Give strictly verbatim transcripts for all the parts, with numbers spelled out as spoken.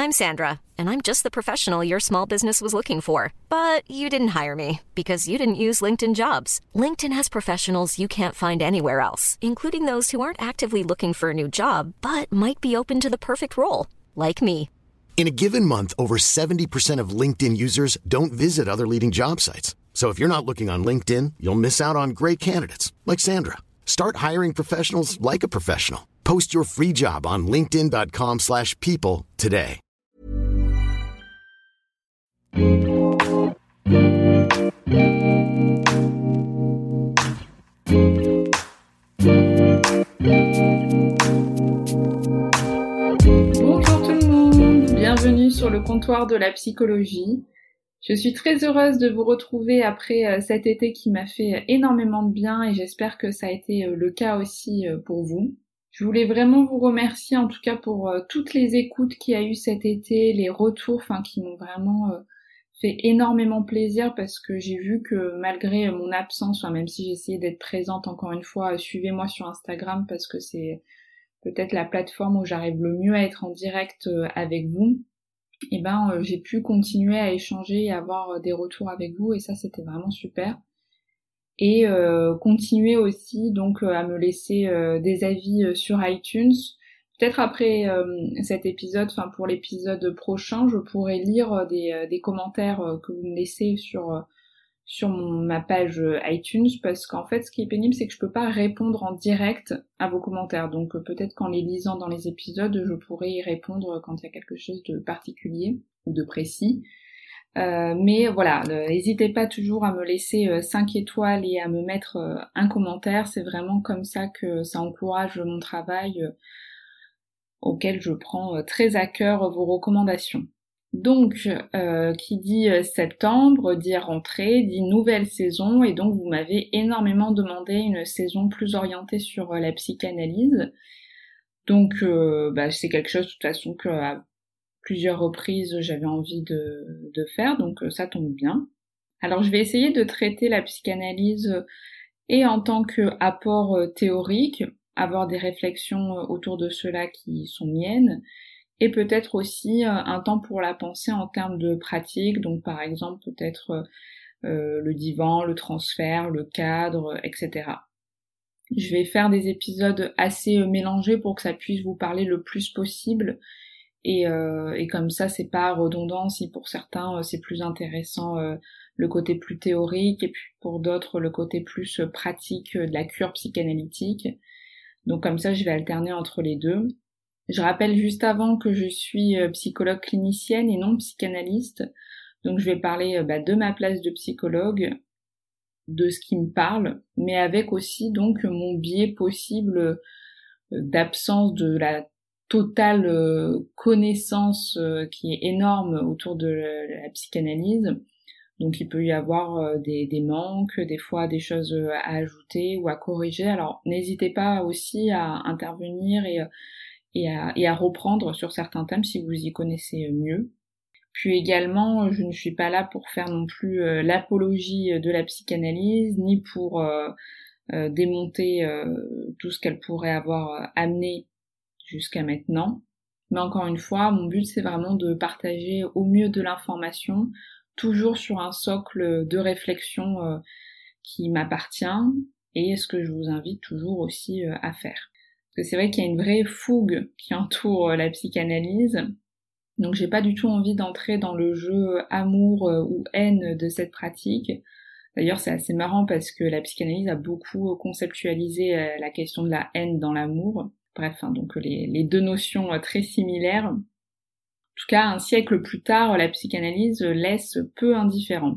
I'm Sandra, and I'm just the professional your small business was looking for. But you didn't hire me because you didn't use LinkedIn Jobs. LinkedIn has professionals you can't find anywhere else, including those who aren't actively looking for a new job, but might be open to the perfect role, like me. In a given month, over seventy percent of LinkedIn users don't visit other leading job sites. So if you're not looking on LinkedIn, you'll miss out on great candidates like Sandra. Start hiring professionals like a professional. Post your free job on linkedin dot com slash people today. Bonjour tout le monde, bienvenue sur le comptoir de la psychologie. Je suis très heureuse de vous retrouver après cet été qui m'a fait énormément de bien et j'espère que ça a été le cas aussi pour vous. Je voulais vraiment vous remercier en tout cas pour toutes les écoutes qu'il y a eu cet été, les retours enfin qui m'ont vraiment fait énormément plaisir parce que j'ai vu que malgré mon absence, enfin même si j'ai essayé d'être présente encore une fois, suivez-moi sur Instagram parce que c'est peut-être la plateforme où j'arrive le mieux à être en direct avec vous. Et ben euh, j'ai pu continuer à échanger et avoir euh, des retours avec vous et ça c'était vraiment super. Et euh, continuer aussi donc euh, à me laisser euh, des avis euh, sur iTunes. Peut-être après euh, cet épisode, enfin pour l'épisode prochain, je pourrais lire euh, des, euh, des commentaires euh, que vous me laissez sur euh, sur mon, ma page euh, iTunes parce qu'en fait ce qui est pénible c'est que je peux pas répondre en direct à vos commentaires. Donc euh, peut-être qu'en les lisant dans les épisodes, je pourrais y répondre quand il y a quelque chose de particulier ou de précis. Euh, mais voilà, euh, n'hésitez pas toujours à me laisser euh, cinq étoiles et à me mettre euh, un commentaire, c'est vraiment comme ça que ça encourage mon travail euh, auquel je prends euh, très à cœur vos recommandations. Donc, euh, qui dit septembre, dit rentrée, dit nouvelle saison, et donc vous m'avez énormément demandé une saison plus orientée sur la psychanalyse. Donc, euh, bah, c'est quelque chose de toute façon que à plusieurs reprises j'avais envie de, de faire, donc ça tombe bien. Alors, je vais essayer de traiter la psychanalyse et en tant qu'apport théorique, avoir des réflexions autour de cela qui sont miennes, et peut-être aussi un temps pour la penser en termes de pratique, donc par exemple peut-être euh, le divan, le transfert, le cadre, et cetera. Je vais faire des épisodes assez mélangés pour que ça puisse vous parler le plus possible, et, euh, et comme ça c'est pas redondant si pour certains c'est plus intéressant euh, le côté plus théorique, et puis pour d'autres le côté plus pratique de la cure psychanalytique. Donc comme ça je vais alterner entre les deux. Je rappelle juste avant que je suis psychologue clinicienne et non psychanalyste, donc je vais parler bah, de ma place de psychologue, de ce qui me parle, mais avec aussi donc mon biais possible d'absence de la totale connaissance qui est énorme autour de la psychanalyse. Donc il peut y avoir des, des manques, des fois des choses à ajouter ou à corriger. Alors n'hésitez pas aussi à intervenir et Et à, et à reprendre sur certains thèmes si vous y connaissez mieux. Puis également, je ne suis pas là pour faire non plus euh, l'apologie de la psychanalyse, ni pour euh, euh, démonter euh, tout ce qu'elle pourrait avoir amené jusqu'à maintenant. Mais encore une fois, mon but c'est vraiment de partager au mieux de l'information, toujours sur un socle de réflexion euh, qui m'appartient, et ce que je vous invite toujours aussi euh, à faire. Parce que c'est vrai qu'il y a une vraie fougue qui entoure la psychanalyse, donc j'ai pas du tout envie d'entrer dans le jeu amour ou haine de cette pratique. D'ailleurs c'est assez marrant parce que la psychanalyse a beaucoup conceptualisé la question de la haine dans l'amour. Bref, hein, donc les, les deux notions très similaires. En tout cas, un siècle plus tard, la psychanalyse laisse peu indifférent.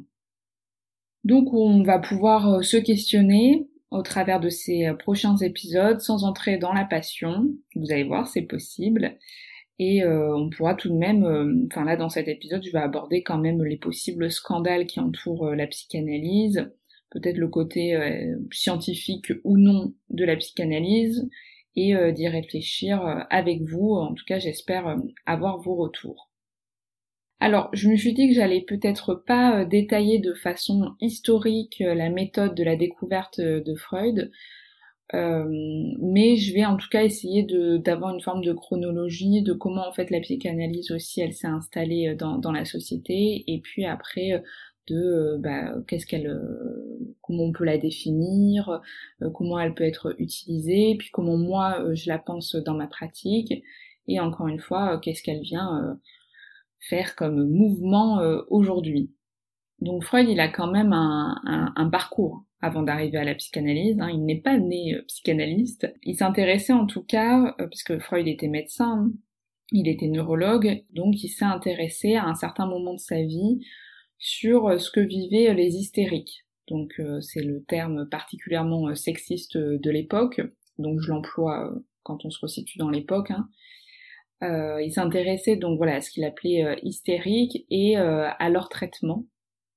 Donc on va pouvoir se questionner au travers de ces prochains épisodes, sans entrer dans la passion. Vous allez voir, c'est possible. Et euh, on pourra tout de même, euh, enfin là dans cet épisode, je vais aborder quand même les possibles scandales qui entourent euh, la psychanalyse, peut-être le côté euh, scientifique ou non de la psychanalyse, et euh, d'y réfléchir euh, avec vous. En tout cas, j'espère euh, avoir vos retours. Alors, je me suis dit que j'allais peut-être pas euh, détailler de façon historique euh, la méthode de la découverte euh, de Freud. Euh, mais je vais en tout cas essayer de, d'avoir une forme de chronologie de comment en fait la psychanalyse aussi elle s'est installée dans, dans la société, et puis après de bah, qu'est-ce qu'elle, euh, comment on peut la définir, euh, comment elle peut être utilisée, puis comment moi euh, je la pense dans ma pratique, et encore une fois euh, qu'est-ce qu'elle vient euh, faire comme mouvement euh, aujourd'hui. Donc Freud il a quand même un, un, un parcours avant d'arriver à la psychanalyse, hein. Il n'est pas né euh, psychanalyste, il s'intéressait en tout cas, euh, puisque Freud était médecin, hein, il était neurologue, donc il s'est intéressé à un certain moment de sa vie sur ce que vivaient les hystériques. Donc euh, c'est le terme particulièrement sexiste de l'époque, donc je l'emploie euh, quand on se resitue dans l'époque. Hein. Euh, il s'intéressait donc voilà à ce qu'il appelait euh, hystérique et euh, à leur traitement.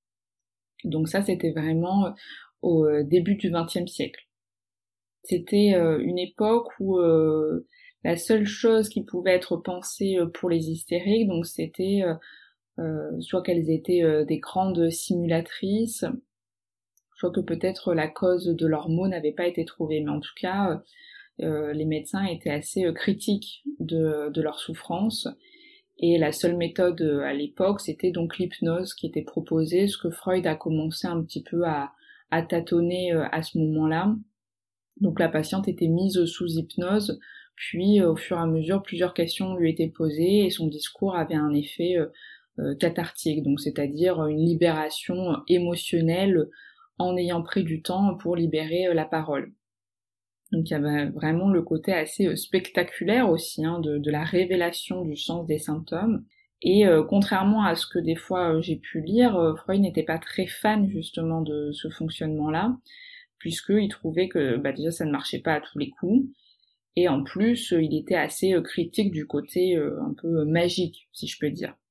Donc ça c'était vraiment euh, au début du vingtième siècle. C'était euh, une époque où euh, la seule chose qui pouvait être pensée pour les hystériques, donc c'était euh, Euh, soit qu'elles étaient euh, des grandes simulatrices, soit que peut-être la cause de leurs maux n'avait pas été trouvée, mais en tout cas, euh, les médecins étaient assez euh, critiques de, de leur souffrance, et la seule méthode euh, à l'époque, c'était donc l'hypnose qui était proposée, ce que Freud a commencé un petit peu à, à tâtonner euh, à ce moment-là. Donc la patiente était mise sous hypnose, puis euh, au fur et à mesure, plusieurs questions lui étaient posées, et son discours avait un effet euh, cathartique, donc c'est-à-dire une libération émotionnelle en ayant pris du temps pour libérer la parole. Donc il y avait vraiment le côté assez spectaculaire aussi hein, de, de la révélation du sens des symptômes. Et euh, contrairement à ce que des fois euh, j'ai pu lire, euh, Freud n'était pas très fan justement de ce fonctionnement-là, puisqu'il trouvait que bah, déjà ça ne marchait pas à tous les coups, et en plus euh, il était assez euh, critique du côté euh, un peu magique, si je peux dire.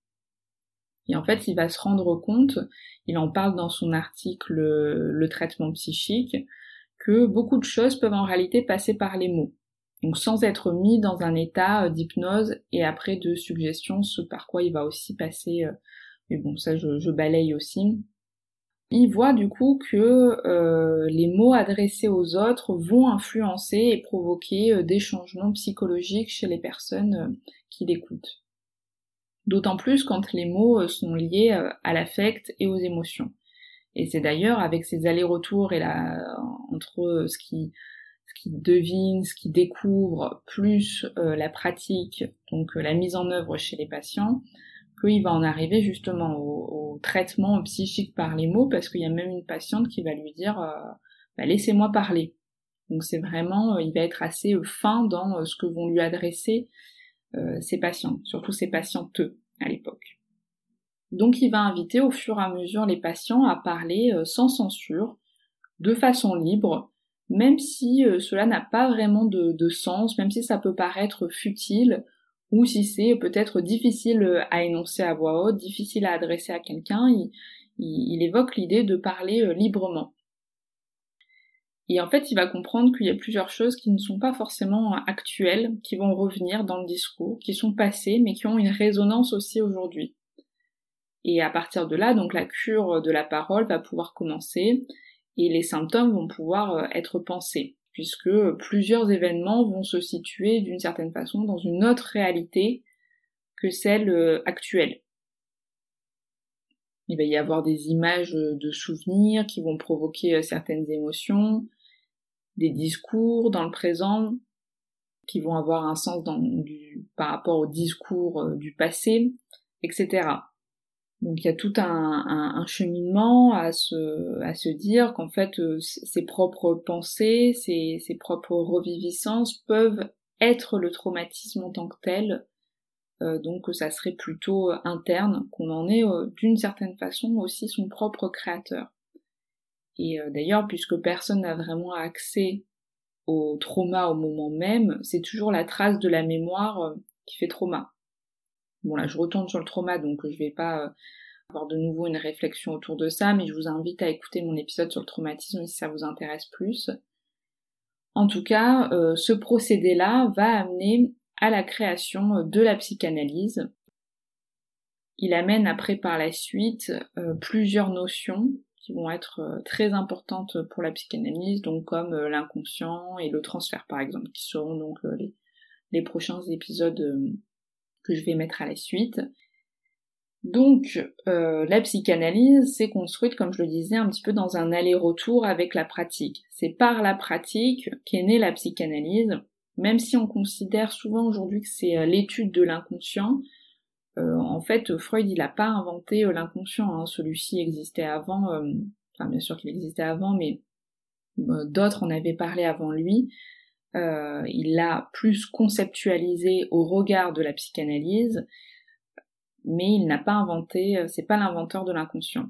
Et en fait, il va se rendre compte, il en parle dans son article « Le traitement psychique », que beaucoup de choses peuvent en réalité passer par les mots. Donc sans être mis dans un état d'hypnose et après de suggestion, ce par quoi il va aussi passer, mais bon ça je, je balaye aussi. Il voit du coup que euh, les mots adressés aux autres vont influencer et provoquer euh, des changements psychologiques chez les personnes euh, qui l'écoutent. D'autant plus quand les mots sont liés à l'affect et aux émotions. Et c'est d'ailleurs avec ces allers-retours et la, entre ce qui, ce qui devine, ce qui découvre, plus euh, la pratique, donc euh, la mise en œuvre chez les patients, qu'il va en arriver justement au, au traitement psychique par les mots, parce qu'il y a même une patiente qui va lui dire euh, bah, « laissez-moi parler ». Donc c'est vraiment, euh, il va être assez euh, fin dans euh, ce que vont lui adresser Euh, ses patients, surtout ses patientes à l'époque. Donc il va inviter au fur et à mesure les patients à parler euh, sans censure, de façon libre, même si euh, cela n'a pas vraiment de, de sens, même si ça peut paraître futile, ou si c'est peut-être difficile à énoncer à voix haute, difficile à adresser à quelqu'un, il, il, il évoque l'idée de parler euh, librement. Et en fait, il va comprendre qu'il y a plusieurs choses qui ne sont pas forcément actuelles, qui vont revenir dans le discours, qui sont passées, mais qui ont une résonance aussi aujourd'hui. Et à partir de là, donc la cure de la parole va pouvoir commencer, et les symptômes vont pouvoir être pensés, puisque plusieurs événements vont se situer d'une certaine façon dans une autre réalité que celle actuelle. Il va y avoir des images de souvenirs qui vont provoquer certaines émotions, des discours dans le présent qui vont avoir un sens dans, du, par rapport au discours euh, du passé, et cetera. Donc il y a tout un, un, un cheminement à se, à se dire qu'en fait euh, ses propres pensées, ses, ses propres reviviscences peuvent être le traumatisme en tant que tel, euh, donc ça serait plutôt interne, qu'on en est euh, d'une certaine façon aussi son propre créateur. Et euh, d'ailleurs, puisque personne n'a vraiment accès au trauma au moment même, c'est toujours la trace de la mémoire euh, qui fait trauma. Bon là, je retourne sur le trauma, donc je vais pas euh, avoir de nouveau une réflexion autour de ça, mais je vous invite à écouter mon épisode sur le traumatisme si ça vous intéresse plus. En tout cas, euh, ce procédé-là va amener à la création de la psychanalyse. Il amène après par la suite euh, plusieurs notions qui vont être euh, très importantes pour la psychanalyse, donc comme euh, l'inconscient et le transfert par exemple, qui seront donc euh, les, les prochains épisodes euh, que je vais mettre à la suite. Donc euh, la psychanalyse s'est construite, comme je le disais, un petit peu dans un aller-retour avec la pratique. C'est par la pratique qu'est née la psychanalyse, même si on considère souvent aujourd'hui que c'est euh, l'étude de l'inconscient. Euh, en fait, Freud, il n'a pas inventé euh, l'inconscient, hein. Celui-ci existait avant, euh, enfin bien sûr qu'il existait avant, mais euh, d'autres en avaient parlé avant lui. Euh, il l'a plus conceptualisé au regard de la psychanalyse, mais il n'a pas inventé, c'est pas l'inventeur de l'inconscient.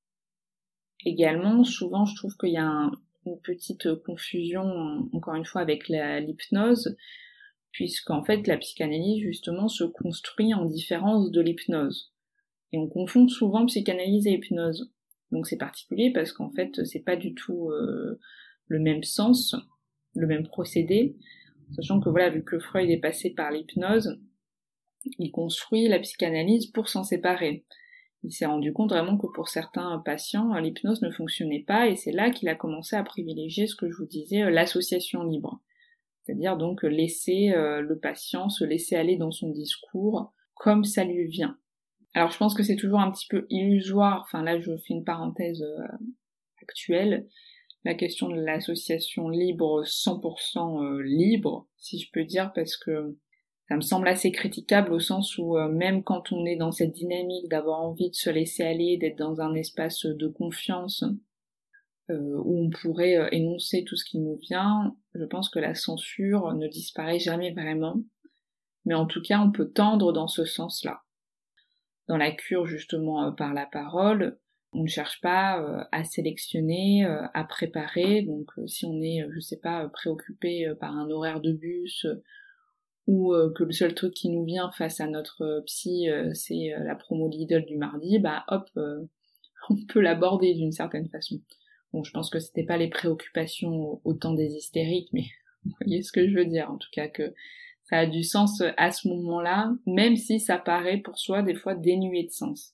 Également, souvent, je trouve qu'il y a un, une petite confusion, encore une fois, avec la, l'hypnose, puisqu'en fait, la psychanalyse, justement, se construit en différence de l'hypnose. Et on confond souvent psychanalyse et hypnose. Donc c'est particulier parce qu'en fait, c'est pas du tout euh, le même sens, le même procédé, sachant que voilà, vu que Freud est passé par l'hypnose, il construit la psychanalyse pour s'en séparer. Il s'est rendu compte vraiment que pour certains patients, l'hypnose ne fonctionnait pas, et c'est là qu'il a commencé à privilégier ce que je vous disais, l'association libre. C'est-à-dire donc laisser euh, le patient se laisser aller dans son discours comme ça lui vient. Alors je pense que c'est toujours un petit peu illusoire, enfin là je fais une parenthèse euh, actuelle, la question de l'association libre, cent pour cent euh, libre, si je peux dire, parce que ça me semble assez critiquable au sens où euh, même quand on est dans cette dynamique d'avoir envie de se laisser aller, d'être dans un espace de confiance euh, où on pourrait euh, énoncer tout ce qui nous vient, je pense que la censure ne disparaît jamais vraiment, mais en tout cas on peut tendre dans ce sens-là. Dans la cure justement euh, par la parole, on ne cherche pas euh, à sélectionner, euh, à préparer, donc euh, si on est, euh, je sais pas, préoccupé euh, par un horaire de bus, euh, ou euh, que le seul truc qui nous vient face à notre euh, psy, euh, c'est euh, la promo Lidl du mardi, bah hop, euh, on peut l'aborder d'une certaine façon. Bon, je pense que c'était pas les préoccupations autant des hystériques, mais vous voyez ce que je veux dire, en tout cas que ça a du sens à ce moment-là, même si ça paraît pour soi des fois dénué de sens.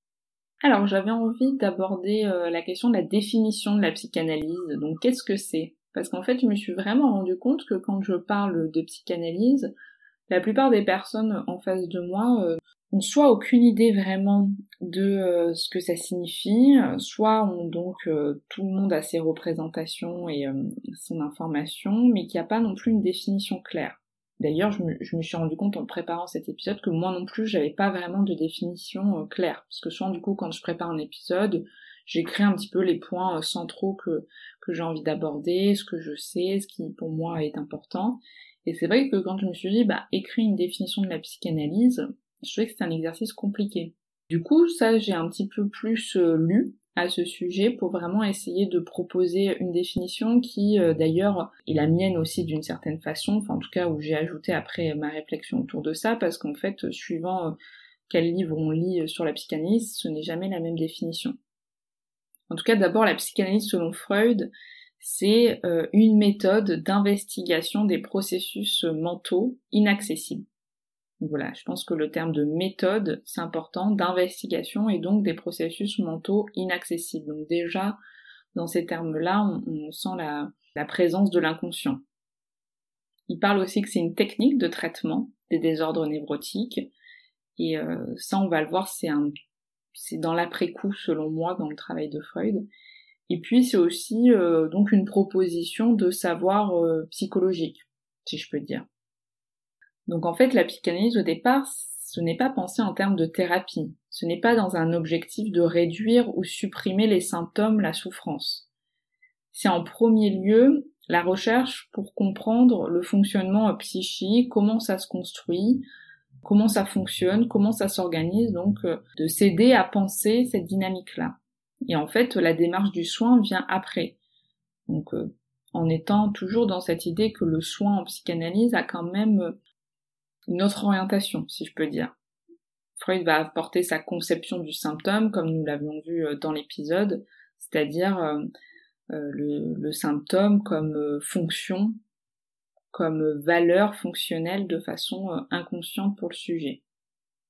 Alors j'avais envie d'aborder euh, la question de la définition de la psychanalyse, donc qu'est-ce que c'est ? Parce qu'en fait je me suis vraiment rendu compte que quand je parle de psychanalyse, la plupart des personnes en face de moi euh, ont soit aucune idée vraiment de euh, ce que ça signifie, soit ont donc euh, tout le monde a ses représentations et euh, son information, mais qu'il n'y a pas non plus une définition claire. D'ailleurs, je me, je me suis rendu compte en préparant cet épisode que moi non plus, j'avais pas vraiment de définition euh, claire. Parce que souvent, du coup, quand je prépare un épisode, j'écris un petit peu les points euh, centraux que, que j'ai envie d'aborder, ce que je sais, ce qui pour moi est important. Et c'est vrai que quand je me suis dit, bah, écrire une définition de la psychanalyse, je trouvais que c'était un exercice compliqué. Du coup, ça, j'ai un petit peu plus euh, lu à ce sujet pour vraiment essayer de proposer une définition qui, euh, d'ailleurs, est la mienne aussi d'une certaine façon, enfin en tout cas où j'ai ajouté après ma réflexion autour de ça, parce qu'en fait, suivant euh, quel livre on lit sur la psychanalyse, ce n'est jamais la même définition. En tout cas, d'abord, la psychanalyse selon Freud, c'est euh, une méthode d'investigation des processus mentaux inaccessibles. Donc voilà, je pense que le terme de méthode, c'est important, d'investigation et donc des processus mentaux inaccessibles. Donc déjà, dans ces termes-là, on, on sent la, la présence de l'inconscient. Il parle aussi que c'est une technique de traitement des désordres névrotiques, et euh, ça on va le voir, c'est, un, c'est dans l'après-coup selon moi, dans le travail de Freud. Et puis c'est aussi euh, donc une proposition de savoir euh, psychologique, si je peux dire. Donc en fait, la psychanalyse au départ, ce n'est pas pensé en termes de thérapie. Ce n'est pas dans un objectif de réduire ou supprimer les symptômes, la souffrance. C'est en premier lieu la recherche pour comprendre le fonctionnement psychique, comment ça se construit, comment ça fonctionne, comment ça s'organise, donc euh, de s'aider à penser cette dynamique-là. Et en fait, la démarche du soin vient après. Donc euh, en étant toujours dans cette idée que le soin en psychanalyse a quand même euh, une autre orientation, si je peux dire. Freud va apporter sa conception du symptôme, comme nous l'avions vu dans l'épisode, c'est-à-dire euh, euh, le, le symptôme comme euh, fonction, comme valeur fonctionnelle de façon euh, inconsciente pour le sujet.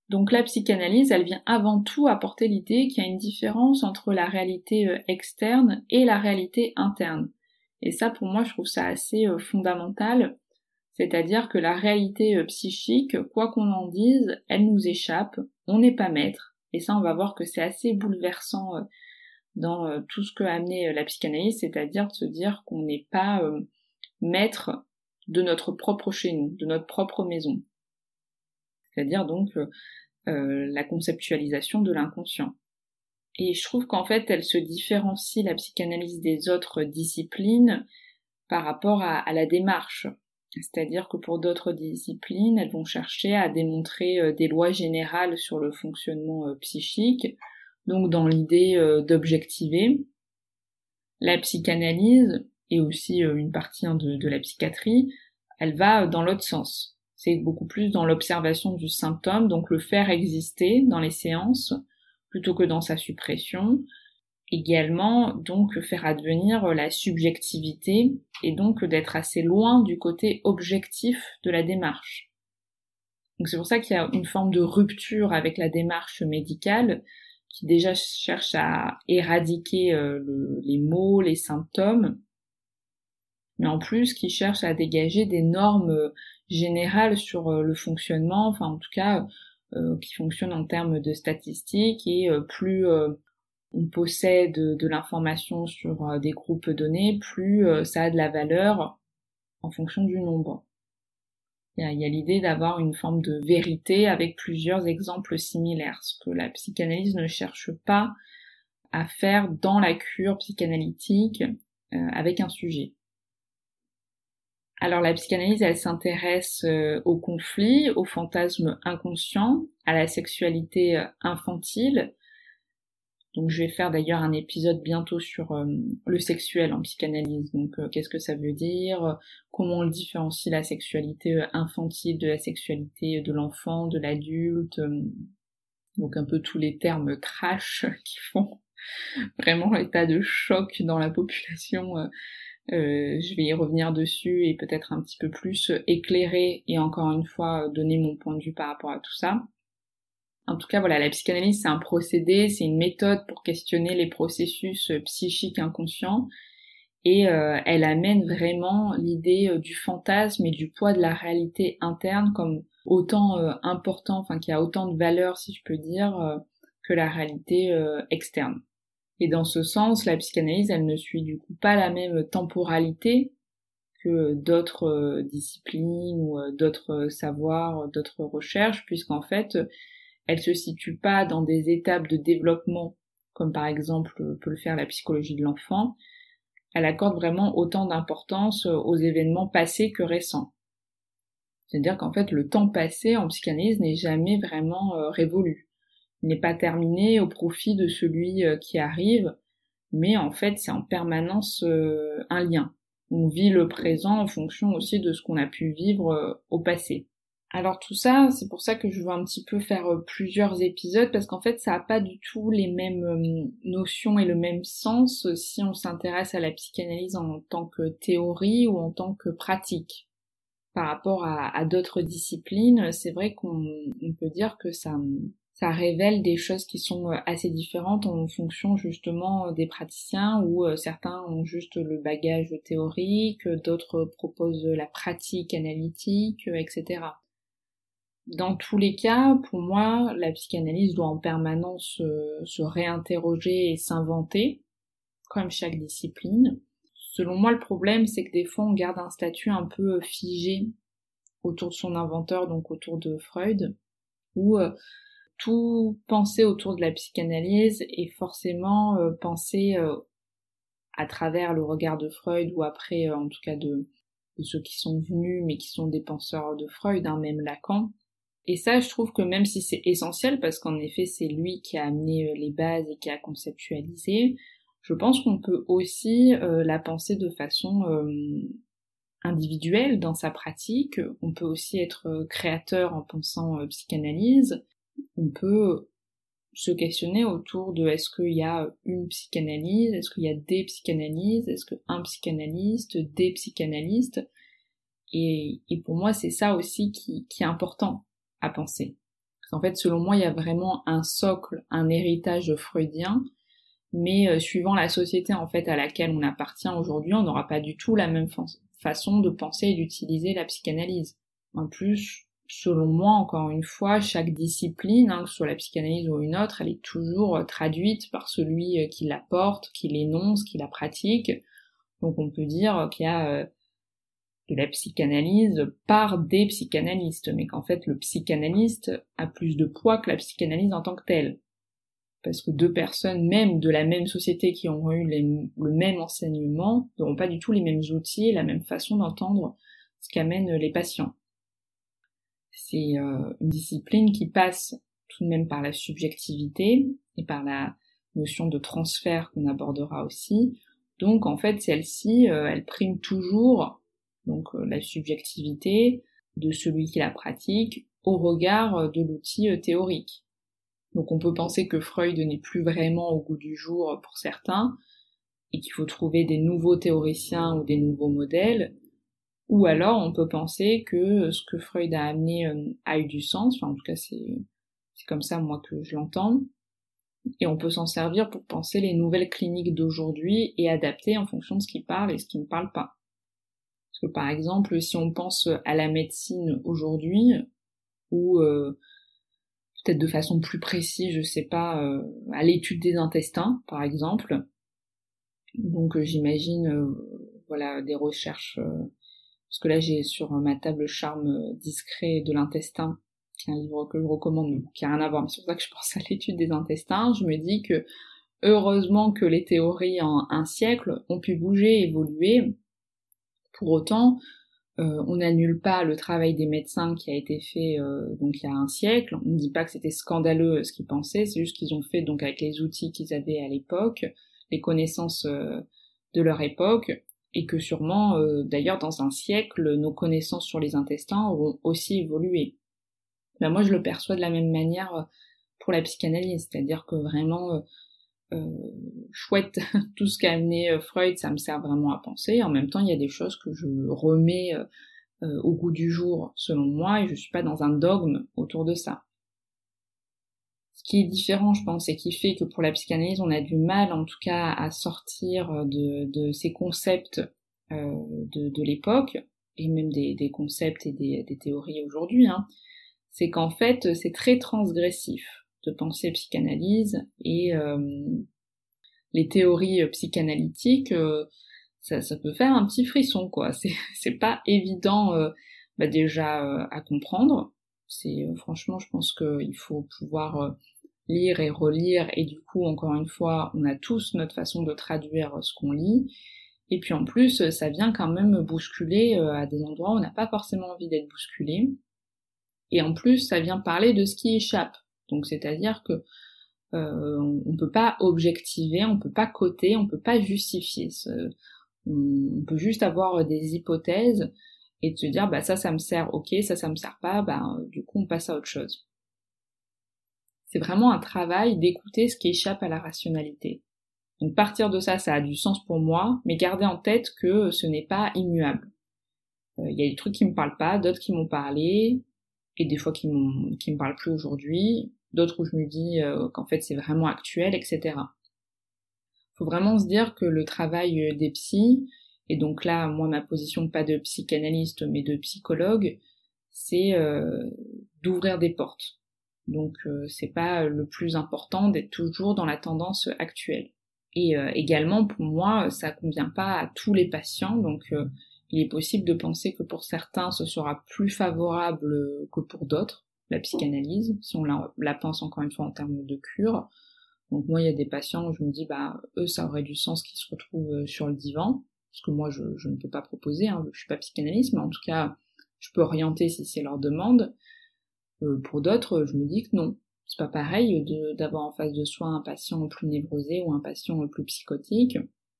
Donc la psychanalyse, elle vient avant tout apporter l'idée qu'il y a une différence entre la réalité externe et la réalité interne. Et ça, pour moi, je trouve ça assez fondamental. C'est-à-dire que la réalité psychique, quoi qu'on en dise, elle nous échappe, on n'est pas maître. Et ça, on va voir que c'est assez bouleversant dans tout ce que a amené la psychanalyse, c'est-à-dire de se dire qu'on n'est pas maître de notre propre chez nous, de notre propre maison. C'est-à-dire donc euh, la conceptualisation de l'inconscient. Et je trouve qu'en fait, elle se différencie, la psychanalyse, des autres disciplines par rapport à, à la démarche. C'est-à-dire que pour d'autres disciplines, elles vont chercher à démontrer euh, des lois générales sur le fonctionnement euh, psychique, donc dans l'idée euh, d'objectiver. La psychanalyse, et aussi euh, une partie hein, de, de la psychiatrie, elle va dans l'autre sens. C'est beaucoup plus dans l'observation du symptôme, donc le faire exister dans les séances, plutôt que dans sa suppression. Également, donc, faire advenir la subjectivité, et donc d'être assez loin du côté objectif de la démarche. Donc c'est pour ça qu'il y a une forme de rupture avec la démarche médicale, qui déjà cherche à éradiquer euh, le, les maux, les symptômes, mais en plus qui cherche à dégager des normes générales sur le fonctionnement, enfin en tout cas euh, qui fonctionnent en termes de statistiques, et euh, plus euh, on possède de, de l'information sur euh, des groupes donnés, plus euh, ça a de la valeur en fonction du nombre. Il y a, il y a l'idée d'avoir une forme de vérité avec plusieurs exemples similaires, ce que la psychanalyse ne cherche pas à faire dans la cure psychanalytique euh, avec un sujet. Alors la psychanalyse, elle s'intéresse euh, au conflit, au fantasme inconscient, à la sexualité euh, infantile. Donc je vais faire d'ailleurs un épisode bientôt sur euh, le sexuel en psychanalyse. Donc euh, qu'est-ce que ça veut dire, euh, comment on le différencie, la sexualité euh, infantile de la sexualité de l'enfant, de l'adulte. Euh, donc un peu tous les termes crash qui font vraiment état de choc dans la population. Euh, Euh, je vais y revenir dessus et peut-être un petit peu plus éclairer et encore une fois donner mon point de vue par rapport à tout ça. En tout cas voilà, la psychanalyse c'est un procédé, c'est une méthode pour questionner les processus psychiques inconscients et euh, elle amène vraiment l'idée euh, du fantasme et du poids de la réalité interne comme autant euh, important, enfin qui a autant de valeur si je peux dire, euh, que la réalité euh, externe. Et dans ce sens, la psychanalyse, elle ne suit du coup pas la même temporalité que d'autres euh, disciplines ou euh, d'autres savoirs, d'autres recherches, puisqu'en fait, elle se situe pas dans des étapes de développement, comme par exemple peut le faire la psychologie de l'enfant. Elle accorde vraiment autant d'importance aux événements passés que récents. C'est-à-dire qu'en fait, le temps passé en psychanalyse n'est jamais vraiment euh, révolu. Il n'est pas terminé au profit de celui qui arrive, mais en fait c'est en permanence euh, un lien. On vit le présent en fonction aussi de ce qu'on a pu vivre euh, au passé. Alors tout ça, c'est pour ça que je veux un petit peu faire euh, plusieurs épisodes, parce qu'en fait ça n'a pas du tout les mêmes euh, notions et le même sens euh, si on s'intéresse à la psychanalyse en tant que théorie ou en tant que pratique. Par rapport à, à d'autres disciplines, c'est vrai qu'on on peut dire que ça... ça révèle des choses qui sont assez différentes en fonction justement des praticiens, où certains ont juste le bagage théorique, d'autres proposent la pratique analytique, et cetera. Dans tous les cas, pour moi, la psychanalyse doit en permanence se, se réinterroger et s'inventer, comme chaque discipline. Selon moi, le problème, c'est que des fois, on garde un statut un peu figé autour de son inventeur, donc autour de Freud, où tout penser autour de la psychanalyse est forcément euh, pensé euh, à travers le regard de Freud, ou après euh, en tout cas de, de ceux qui sont venus mais qui sont des penseurs de Freud, hein, même Lacan. Et ça, je trouve que même si c'est essentiel, parce qu'en effet c'est lui qui a amené euh, les bases et qui a conceptualisé, je pense qu'on peut aussi euh, la penser de façon euh, individuelle dans sa pratique. On peut aussi être créateur en pensant euh, psychanalyse. On peut se questionner autour de est-ce qu'il y a une psychanalyse, est-ce qu'il y a des psychanalyses, est-ce qu'un psychanalyste, des psychanalystes, et, et pour moi c'est ça aussi qui, qui est important à penser. En fait, selon moi, il y a vraiment un socle, un héritage freudien, mais euh, suivant la société en fait à laquelle on appartient aujourd'hui, on n'aura pas du tout la même fa- façon de penser et d'utiliser la psychanalyse. En plus, selon moi, encore une fois, chaque discipline, hein, que ce soit la psychanalyse ou une autre, elle est toujours euh, traduite par celui euh, qui la porte, qui l'énonce, qui la pratique. Donc on peut dire qu'il y a euh, de la psychanalyse par des psychanalystes, mais qu'en fait le psychanalyste a plus de poids que la psychanalyse en tant que telle. Parce que deux personnes, même de la même société, qui ont eu les, le même enseignement, n'auront pas du tout les mêmes outils, la même façon d'entendre ce qu'amènent les patients. C'est euh, une discipline qui passe tout de même par la subjectivité et par la notion de transfert qu'on abordera aussi. Donc en fait celle-ci, euh, elle prime toujours donc euh, la subjectivité de celui qui la pratique au regard de l'outil euh, théorique. Donc on peut penser que Freud n'est plus vraiment au goût du jour pour certains, et qu'il faut trouver des nouveaux théoriciens ou des nouveaux modèles, ou alors on peut penser que ce que Freud a amené euh, a eu du sens, enfin en tout cas c'est, c'est comme ça moi que je l'entends, et on peut s'en servir pour penser les nouvelles cliniques d'aujourd'hui et adapter en fonction de ce qui parle et ce qui ne parle pas. Parce que par exemple, si on pense à la médecine aujourd'hui, ou euh, peut-être de façon plus précise, je sais pas, euh, à l'étude des intestins, par exemple. Donc euh, j'imagine, euh, voilà, des recherches, euh, parce que là j'ai sur ma table Charme discret de l'intestin, qui est un livre que je recommande, mais qui a rien à voir, mais c'est pour ça que je pense à l'étude des intestins. Je me dis que heureusement que les théories en un siècle ont pu bouger, évoluer. Pour autant, Euh, on n'annule pas le travail des médecins qui a été fait euh, donc il y a un siècle. On ne dit pas que c'était scandaleux ce qu'ils pensaient, c'est juste qu'ils ont fait donc avec les outils qu'ils avaient à l'époque, les connaissances euh, de leur époque, et que sûrement, euh, d'ailleurs dans un siècle, nos connaissances sur les intestins auront aussi évolué. Ben, moi je le perçois de la même manière pour la psychanalyse, c'est-à-dire que vraiment euh, euh, chouette, tout ce qu'a amené Freud, ça me sert vraiment à penser. En même temps, il y a des choses que je remets euh, euh, au goût du jour, selon moi, et je suis pas dans un dogme autour de ça. Ce qui est différent, je pense, et qui fait que pour la psychanalyse, on a du mal, en tout cas, à sortir de, de ces concepts euh, de, de l'époque, et même des, des concepts et des, des théories aujourd'hui, hein, c'est qu'en fait, c'est très transgressif de penser psychanalyse, et euh, les théories psychanalytiques, euh, ça, ça peut faire un petit frisson, quoi. C'est, c'est pas évident euh, bah déjà euh, à comprendre. C'est euh, franchement, je pense qu'il faut pouvoir euh, lire et relire, et du coup, encore une fois, on a tous notre façon de traduire ce qu'on lit. Et puis en plus, ça vient quand même bousculer euh, à des endroits où on n'a pas forcément envie d'être bousculé. Et en plus, ça vient parler de ce qui échappe. Donc c'est-à-dire que euh, on peut pas objectiver, on peut pas coter, on peut pas justifier. Ce, on peut juste avoir des hypothèses et de se dire bah ça ça me sert, ok, ça ça me sert pas, bah du coup on passe à autre chose. C'est vraiment un travail d'écouter ce qui échappe à la rationalité. Donc partir de ça, ça a du sens pour moi, mais garder en tête que ce n'est pas immuable. Il euh, y a des trucs qui me parlent pas, d'autres qui m'ont parlé, et des fois qui m'ont qui me parlent plus aujourd'hui, d'autres où je me dis euh, qu'en fait c'est vraiment actuel, et cetera. Faut vraiment se dire que le travail des psys, et donc là, moi ma position pas de psychanalyste mais de psychologue, c'est euh, d'ouvrir des portes. Donc euh, c'est pas le plus important d'être toujours dans la tendance actuelle. Et euh, également pour moi, ça convient pas à tous les patients, donc euh, il est possible de penser que pour certains ce sera plus favorable que pour d'autres, la psychanalyse, si on la, la pense encore une fois en termes de cure. Donc moi il y a des patients où je me dis bah eux ça aurait du sens qu'ils se retrouvent sur le divan, ce que moi je, je ne peux pas proposer, hein, je suis pas psychanalyste, mais en tout cas je peux orienter si c'est leur demande. Euh, pour d'autres, je me dis que non. C'est pas pareil de, d'avoir en face de soi un patient plus névrosé ou un patient plus psychotique.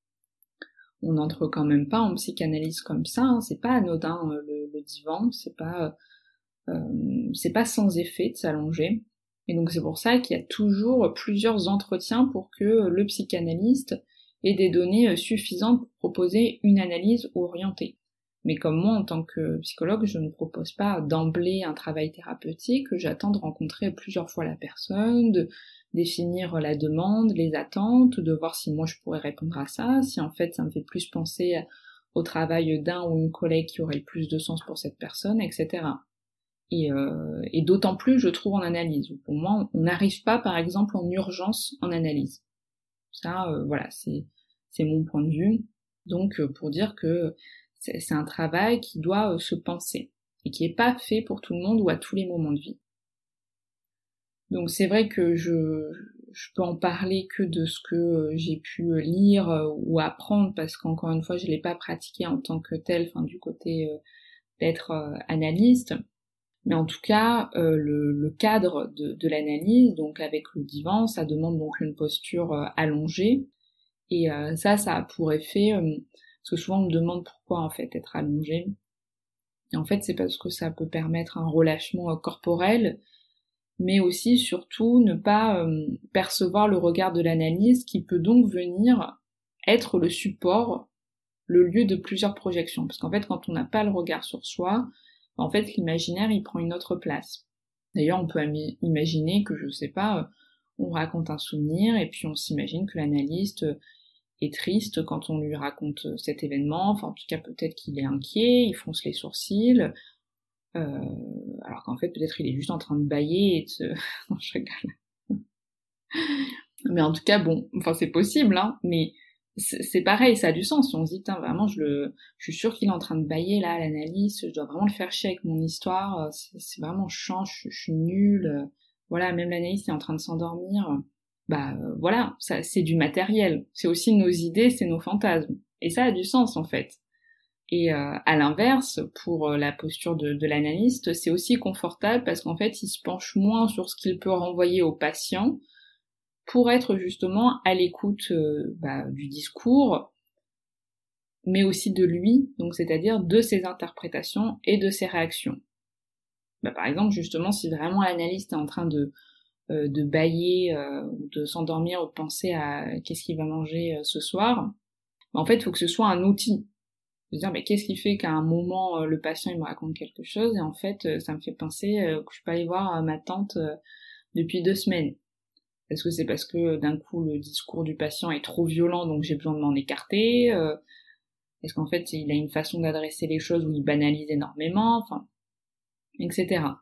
On n'entre quand même pas en psychanalyse comme ça, hein. C'est pas anodin euh, le, le divan, c'est pas euh, c'est pas sans effet de s'allonger. Et donc c'est pour ça qu'il y a toujours plusieurs entretiens pour que le psychanalyste ait des données suffisantes pour proposer une analyse orientée. Mais comme moi, en tant que psychologue, je ne propose pas d'emblée un travail thérapeutique, j'attends de rencontrer plusieurs fois la personne, de définir la demande, les attentes, de voir si moi je pourrais répondre à ça, si en fait ça me fait plus penser au travail d'un ou une collègue qui aurait le plus de sens pour cette personne, et cetera. Et, euh, et d'autant plus, je trouve, en analyse. Pour moi, on n'arrive pas, par exemple, en urgence en analyse. Ça, euh, voilà, c'est, c'est mon point de vue. Donc, euh, pour dire que c'est, c'est un travail qui doit euh, se penser et qui n'est pas fait pour tout le monde ou à tous les moments de vie. Donc, c'est vrai que je, je peux en parler que de ce que j'ai pu lire euh, ou apprendre, parce qu'encore une fois, je l'ai pas pratiqué en tant que tel, enfin, du côté euh, d'être euh, analyste. Mais en tout cas, euh, le, le cadre de, de l'analyse, donc avec le divan, ça demande donc une posture euh, allongée. Et euh, ça, ça a pour effet, euh, parce que souvent on me demande pourquoi en fait être allongé. Et en fait, c'est parce que ça peut permettre un relâchement euh, corporel, mais aussi, surtout, ne pas euh, percevoir le regard de l'analyse, qui peut donc venir être le support, le lieu de plusieurs projections. Parce qu'en fait, quand on n'a pas le regard sur soi, en fait, l'imaginaire, il prend une autre place. D'ailleurs, on peut imaginer que, je sais pas, on raconte un souvenir, et puis on s'imagine que l'analyste est triste quand on lui raconte cet événement, enfin, en tout cas, peut-être qu'il est inquiet, il fronce les sourcils, euh, alors qu'en fait, peut-être il est juste en train de bâiller et de se... non, je rigole. Mais en tout cas, bon, enfin, c'est possible, hein, mais c'est pareil, ça a du sens. On se dit, putain, vraiment, je le, je suis sûre qu'il est en train de bâiller, là, à l'analyse, je dois vraiment le faire chier avec mon histoire, c'est vraiment chiant, je, je suis nulle, voilà, même l'analyste est en train de s'endormir, bah, euh, voilà, ça, c'est du matériel, c'est aussi nos idées, c'est nos fantasmes, et ça a du sens, en fait. Et euh, à l'inverse, pour la posture de, de l'analyste, c'est aussi confortable, parce qu'en fait, il se penche moins sur ce qu'il peut renvoyer au patient, pour être justement à l'écoute euh, bah, du discours, mais aussi de lui, donc c'est-à-dire de ses interprétations et de ses réactions. Bah, par exemple, justement, si vraiment l'analyste est en train de, euh, de bâiller, euh, ou de s'endormir, ou de penser à qu'est-ce qu'il va manger euh, ce soir, bah, en fait, il faut que ce soit un outil. De dire, mais qu'est-ce qui fait qu'à un moment, euh, le patient il me raconte quelque chose, et en fait, euh, ça me fait penser euh, que je peux aller voir euh, ma tante euh, depuis deux semaines. Est-ce que c'est parce que d'un coup le discours du patient est trop violent, donc j'ai besoin de m'en écarter? euh, Est-ce qu'en fait il a une façon d'adresser les choses où il banalise énormément, enfin, et cetera.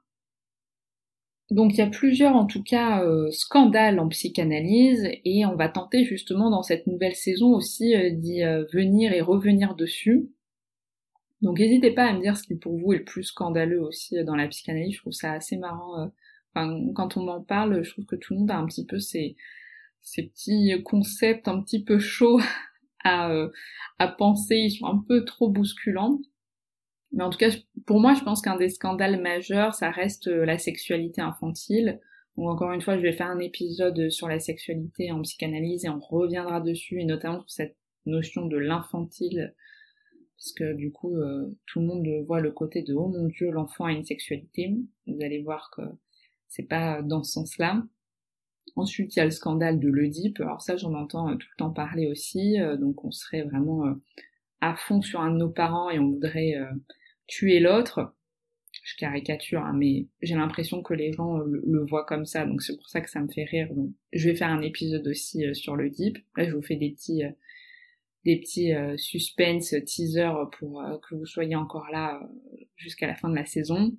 Donc il y a plusieurs en tout cas euh, scandales en psychanalyse, et on va tenter justement dans cette nouvelle saison aussi euh, d'y euh, venir et revenir dessus. Donc n'hésitez pas à me dire ce qui pour vous est le plus scandaleux aussi dans la psychanalyse, je trouve ça assez marrant. Euh, Enfin, quand on m'en parle, je trouve que tout le monde a un petit peu ces, ces petits concepts un petit peu chauds à, euh, à penser, ils sont un peu trop bousculants. Mais en tout cas, pour moi, je pense qu'un des scandales majeurs, ça reste la sexualité infantile. Donc encore une fois, je vais faire un épisode sur la sexualité en psychanalyse et on reviendra dessus, et notamment sur cette notion de l'infantile, parce que du coup, euh, tout le monde voit le côté de « oh mon Dieu, l'enfant a une sexualité ». Vous allez voir que c'est pas dans ce sens-là. Ensuite, il y a le scandale de l'Oedipe. Alors ça, j'en entends tout le temps parler aussi. Donc on serait vraiment à fond sur un de nos parents et on voudrait tuer l'autre. Je caricature, hein, mais j'ai l'impression que les gens le, le voient comme ça. Donc c'est pour ça que ça me fait rire. Donc je vais faire un épisode aussi sur l'Oedipe. Là, je vous fais des petits, des petits suspense, teasers pour que vous soyez encore là jusqu'à la fin de la saison.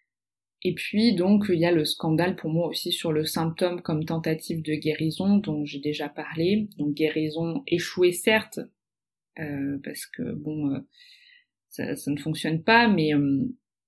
Et puis donc il y a le scandale pour moi aussi sur le symptôme comme tentative de guérison dont j'ai déjà parlé, donc guérison échouée certes, euh, parce que bon euh, ça, ça ne fonctionne pas, mais euh,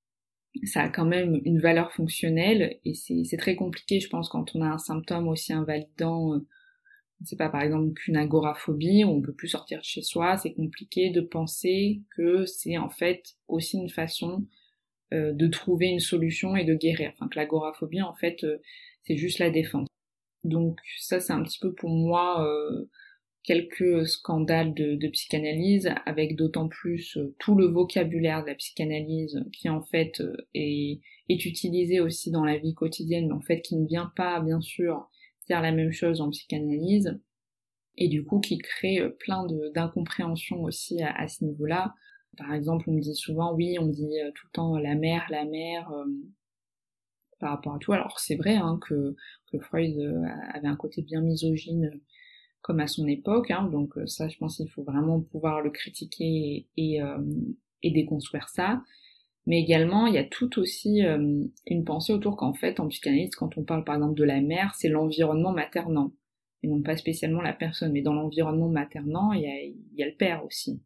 ça a quand même une valeur fonctionnelle, et c'est, c'est très compliqué je pense quand on a un symptôme aussi invalidant, euh, c'est pas par exemple qu'une agoraphobie où on peut plus sortir de chez soi, c'est compliqué de penser que c'est en fait aussi une façon de trouver une solution et de guérir. Enfin, que l'agoraphobie, en fait, euh, c'est juste la défense. Donc ça, c'est un petit peu pour moi euh, quelques scandales de, de psychanalyse, avec d'autant plus euh, tout le vocabulaire de la psychanalyse qui, en fait, euh, est, est utilisé aussi dans la vie quotidienne, mais en fait, qui ne vient pas, bien sûr, dire la même chose en psychanalyse, et du coup, qui crée plein de, d'incompréhension aussi à, à ce niveau-là. Par exemple, on me dit souvent, oui, on dit tout le temps la mère, la mère, euh, par rapport à tout. Alors c'est vrai hein, que, que Freud avait un côté bien misogyne comme à son époque, hein, donc ça je pense qu'il faut vraiment pouvoir le critiquer et, et, euh, et déconstruire ça. Mais également, il y a tout aussi euh, une pensée autour qu'en fait, en psychanalyse, quand on parle par exemple de la mère, c'est l'environnement maternant, et non pas spécialement la personne, mais dans l'environnement maternant, il y a, il y a le père aussi.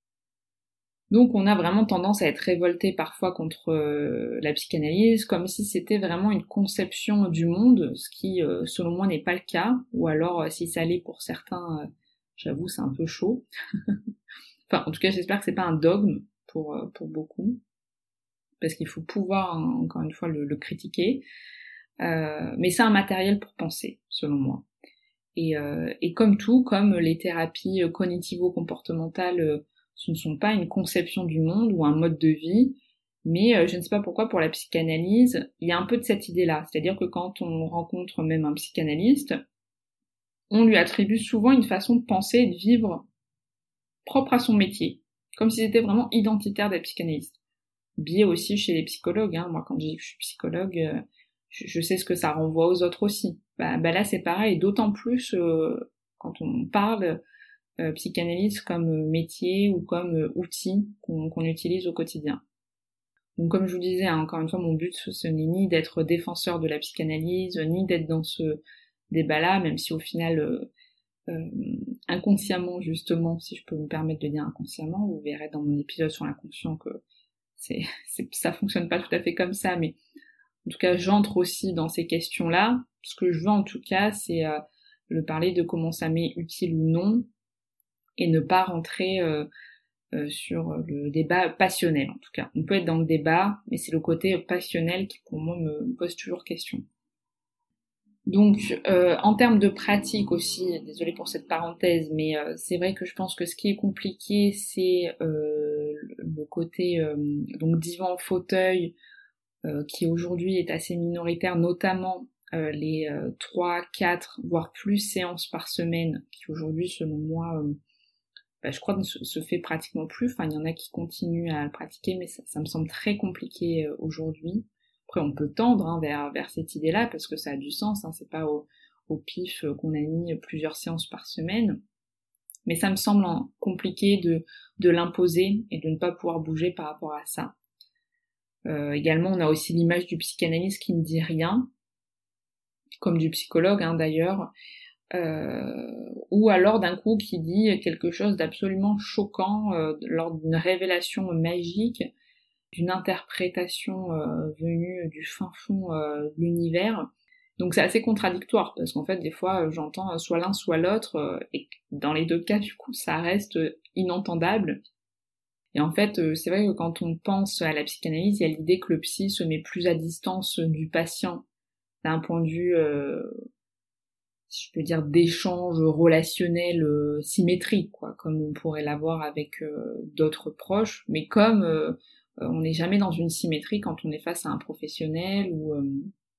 Donc on a vraiment tendance à être révolté parfois contre euh, la psychanalyse, comme si c'était vraiment une conception du monde, ce qui, euh, selon moi, n'est pas le cas, ou alors, euh, si ça l'est pour certains, euh, j'avoue, c'est un peu chaud. Enfin, en tout cas, j'espère que c'est pas un dogme pour, euh, pour beaucoup, parce qu'il faut pouvoir, hein, encore une fois, le, le critiquer, euh, mais c'est un matériel pour penser, selon moi. Et, euh, et comme tout, comme les thérapies cognitivo-comportementales, euh, ce ne sont pas une conception du monde ou un mode de vie, mais euh, je ne sais pas pourquoi pour la psychanalyse, il y a un peu de cette idée-là. C'est-à-dire que quand on rencontre même un psychanalyste, on lui attribue souvent une façon de penser et de vivre propre à son métier, comme si c'était vraiment identitaire d'être psychanalyste. Biais aussi chez les psychologues, hein. Moi quand je dis que je suis psychologue, euh, je, je sais ce que ça renvoie aux autres aussi. Bah, bah là c'est pareil, d'autant plus euh, quand on parle Euh, psychanalyse comme euh, métier ou comme euh, outil qu'on, qu'on utilise au quotidien. Donc comme je vous disais, hein, encore une fois, mon but ce n'est ni d'être défenseur de la psychanalyse, ni d'être dans ce débat-là, même si au final, euh, euh, inconsciemment justement, si je peux me permettre de dire inconsciemment, vous verrez dans mon épisode sur l'inconscient que c'est, c'est, ça fonctionne pas tout à fait comme ça, mais en tout cas j'entre aussi dans ces questions-là. Ce que je veux en tout cas, c'est euh, le parler de comment ça m'est utile ou non, et ne pas rentrer euh, euh, sur le débat passionnel en tout cas. On peut être dans le débat, mais c'est le côté passionnel qui pour moi me pose toujours question. Donc euh, en termes de pratique aussi, désolée pour cette parenthèse, mais euh, c'est vrai que je pense que ce qui est compliqué, c'est euh, le côté euh, donc divan fauteuil euh, qui aujourd'hui est assez minoritaire, notamment euh, les euh, trois, quatre, voire plus séances par semaine, qui aujourd'hui selon moi euh, Bah, je crois que se, se fait pratiquement plus. Enfin, il y en a qui continuent à le pratiquer, mais ça, ça me semble très compliqué euh, aujourd'hui. Après, on peut tendre hein, vers, vers cette idée-là, parce que ça a du sens, hein, c'est pas au, au pif euh, qu'on a mis plusieurs séances par semaine. Mais ça me semble hein, compliqué de, de l'imposer et de ne pas pouvoir bouger par rapport à ça. Euh, également, on a aussi l'image du psychanalyste qui ne dit rien, comme du psychologue hein, d'ailleurs. Euh, ou alors d'un coup qui dit quelque chose d'absolument choquant euh, lors d'une révélation magique, d'une interprétation euh, venue du fin fond euh, de l'univers. Donc c'est assez contradictoire, parce qu'en fait des fois euh, j'entends soit l'un soit l'autre, euh, et dans les deux cas du coup ça reste inentendable. Et en fait euh, c'est vrai que quand on pense à la psychanalyse, il y a l'idée que le psy se met plus à distance du patient, d'un point de vue... Euh, si je peux dire, d'échanges relationnels euh, symétriques, quoi, comme on pourrait l'avoir avec euh, d'autres proches, mais comme euh, on n'est jamais dans une symétrie quand on est face à un professionnel ou euh,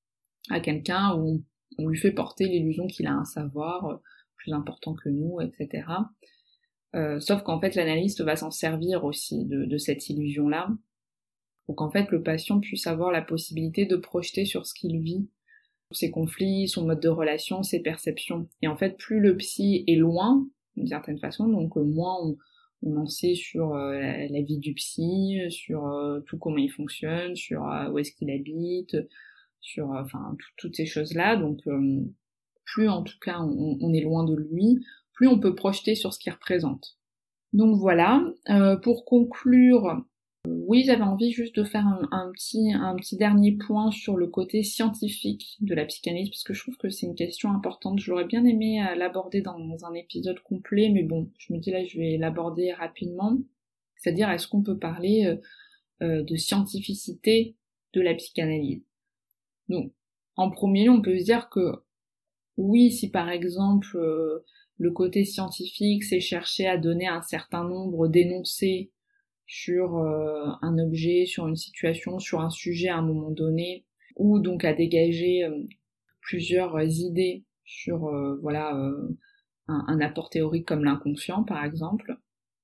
à quelqu'un où on, on lui fait porter l'illusion qu'il a un savoir euh, plus important que nous, et cetera. Euh, sauf qu'en fait, l'analyste va s'en servir aussi de, de cette illusion-là, pour qu'en fait le patient puisse avoir la possibilité de projeter sur ce qu'il vit, ses conflits, son mode de relation, ses perceptions. Et en fait, plus le psy est loin, d'une certaine façon, donc moins on, on en sait sur euh, la, la vie du psy, sur euh, tout comment il fonctionne, sur euh, où est-ce qu'il habite, sur euh, enfin tout, toutes ces choses-là. Donc euh, plus en tout cas on, on est loin de lui, plus on peut projeter sur ce qu'il représente. Donc voilà, euh, pour conclure, oui, j'avais envie juste de faire un, un, petit, un petit dernier point sur le côté scientifique de la psychanalyse, parce que je trouve que c'est une question importante. J'aurais bien aimé l'aborder dans un épisode complet, mais bon, je me dis là, je vais l'aborder rapidement. C'est-à-dire, est-ce qu'on peut parler euh, euh, de scientificité de la psychanalyse? Donc, en premier lieu, on peut se dire que oui, si par exemple, euh, le côté scientifique, c'est chercher à donner un certain nombre d'énoncés sur euh, un objet, sur une situation, sur un sujet à un moment donné, ou donc à dégager euh, plusieurs idées sur euh, voilà euh, un, un apport théorique comme l'inconscient par exemple.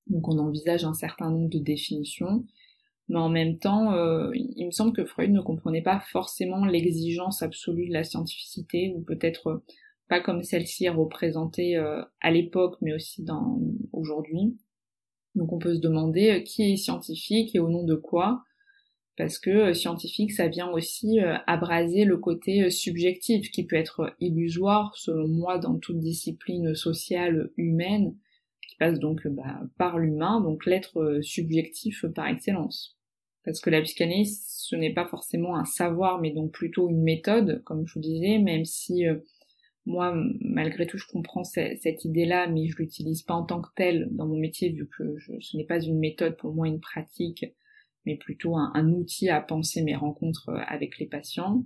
Donc on envisage un certain nombre de définitions, mais en même temps, euh, il me semble que Freud ne comprenait pas forcément l'exigence absolue de la scientificité, ou peut-être pas comme celle-ci est représentée euh, à l'époque, mais aussi dans, aujourd'hui. Donc on peut se demander euh, qui est scientifique et au nom de quoi, parce que euh, scientifique, ça vient aussi euh, abraser le côté euh, subjectif, qui peut être illusoire, selon moi, dans toute discipline sociale humaine, qui passe donc euh, bah, par l'humain, donc l'être euh, subjectif euh, par excellence. Parce que la psychanalyse, ce n'est pas forcément un savoir, mais donc plutôt une méthode, comme je vous disais, même si euh, moi, malgré tout, je comprends cette, cette idée-là, mais je l'utilise pas en tant que telle dans mon métier, vu que je, ce n'est pas une méthode, pour moi une pratique, mais plutôt un, un outil à penser mes rencontres avec les patients.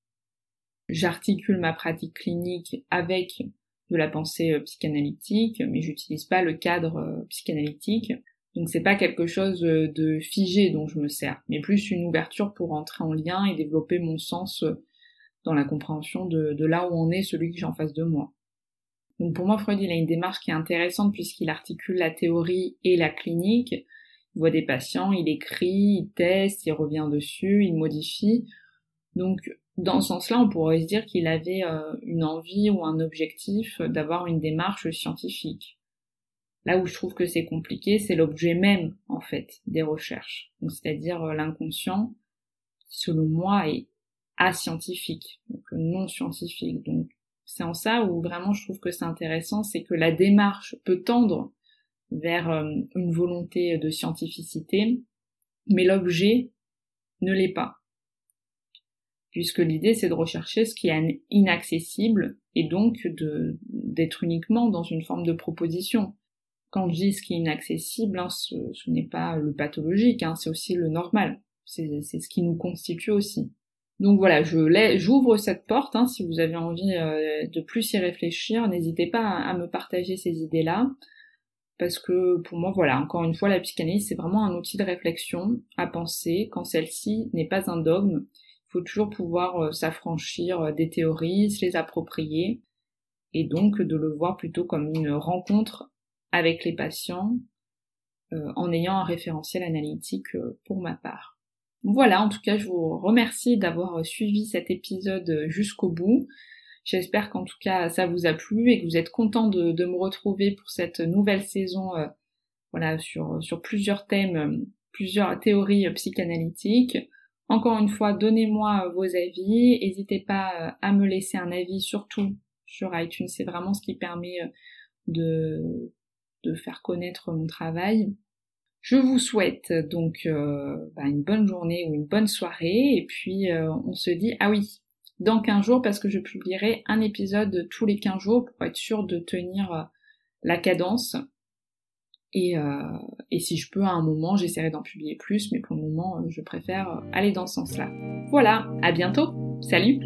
J'articule ma pratique clinique avec de la pensée psychanalytique, mais j'utilise pas le cadre psychanalytique. Donc c'est pas quelque chose de figé dont je me sers, mais plus une ouverture pour entrer en lien et développer mon sens dans la compréhension de, de là où en est celui que j'ai en face de moi. Donc pour moi, Freud, il a une démarche qui est intéressante puisqu'il articule la théorie et la clinique. Il voit des patients, il écrit, il teste, il revient dessus, il modifie. Donc dans ce sens-là, on pourrait se dire qu'il avait euh, une envie ou un objectif d'avoir une démarche scientifique. Là où je trouve que c'est compliqué, c'est l'objet même, en fait, des recherches. Donc c'est-à-dire euh, l'inconscient, selon moi, est ascientifique, donc non scientifique. Donc c'est en ça où vraiment je trouve que c'est intéressant, c'est que la démarche peut tendre vers euh, une volonté de scientificité, mais l'objet ne l'est pas. Puisque l'idée c'est de rechercher ce qui est inaccessible et donc de, d'être uniquement dans une forme de proposition. Quand je dis ce qui est inaccessible, hein, ce, ce n'est pas le pathologique, hein, c'est aussi le normal, c'est, c'est ce qui nous constitue aussi. Donc voilà, je l'ai, j'ouvre cette porte, hein, si vous avez envie euh, de plus y réfléchir, n'hésitez pas à, à me partager ces idées-là, parce que pour moi, voilà, encore une fois, la psychanalyse, c'est vraiment un outil de réflexion à penser, quand celle-ci n'est pas un dogme. Il faut toujours pouvoir euh, s'affranchir euh, des théories, se les approprier, et donc de le voir plutôt comme une rencontre avec les patients, euh, en ayant un référentiel analytique euh, pour ma part. Voilà, en tout cas, je vous remercie d'avoir suivi cet épisode jusqu'au bout. J'espère qu'en tout cas, ça vous a plu et que vous êtes content de, de me retrouver pour cette nouvelle saison, euh, voilà, sur, sur plusieurs thèmes, plusieurs théories psychanalytiques. Encore une fois, donnez-moi vos avis. N'hésitez pas à me laisser un avis, surtout sur iTunes. C'est vraiment ce qui permet de, de faire connaître mon travail. Je vous souhaite donc euh, bah, une bonne journée ou une bonne soirée, et puis euh, on se dit, ah oui, dans quinze jours, parce que je publierai un épisode tous les quinze jours pour être sûr de tenir euh, la cadence, et, euh, et si je peux à un moment, j'essaierai d'en publier plus, mais pour le moment, je préfère aller dans ce sens-là. Voilà, à bientôt, salut!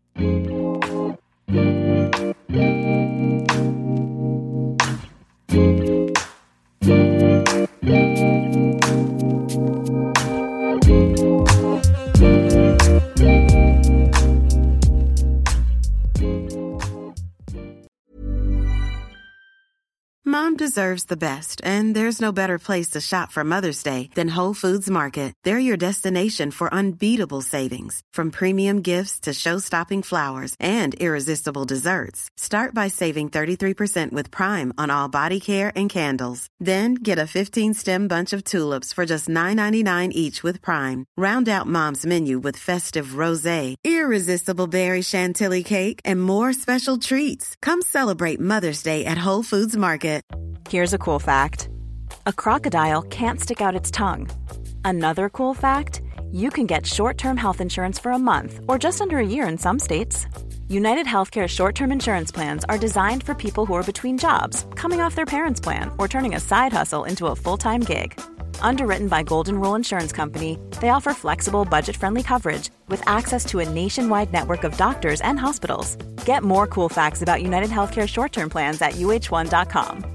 Mom deserves the best, and there's no better place to shop for Mother's Day than Whole Foods Market. They're your destination for unbeatable savings, from premium gifts to show-stopping flowers and irresistible desserts. Start by saving thirty-three percent with Prime on all body care and candles. Then get a fifteen-stem bunch of tulips for just nine ninety-nine each with Prime. Round out Mom's menu with festive rosé, irresistible berry chantilly cake, and more special treats. Come celebrate Mother's Day at Whole Foods Market. Here's a cool fact. A crocodile can't stick out its tongue. Another cool fact, you can get short-term health insurance for a month or just under a year in some states. United Healthcare short-term insurance plans are designed for people who are between jobs, coming off their parents' plan, or turning a side hustle into a full-time gig. Underwritten by Golden Rule Insurance Company, they offer flexible, budget-friendly coverage with access to a nationwide network of doctors and hospitals. Get more cool facts about United Healthcare short-term plans at U H one dot com.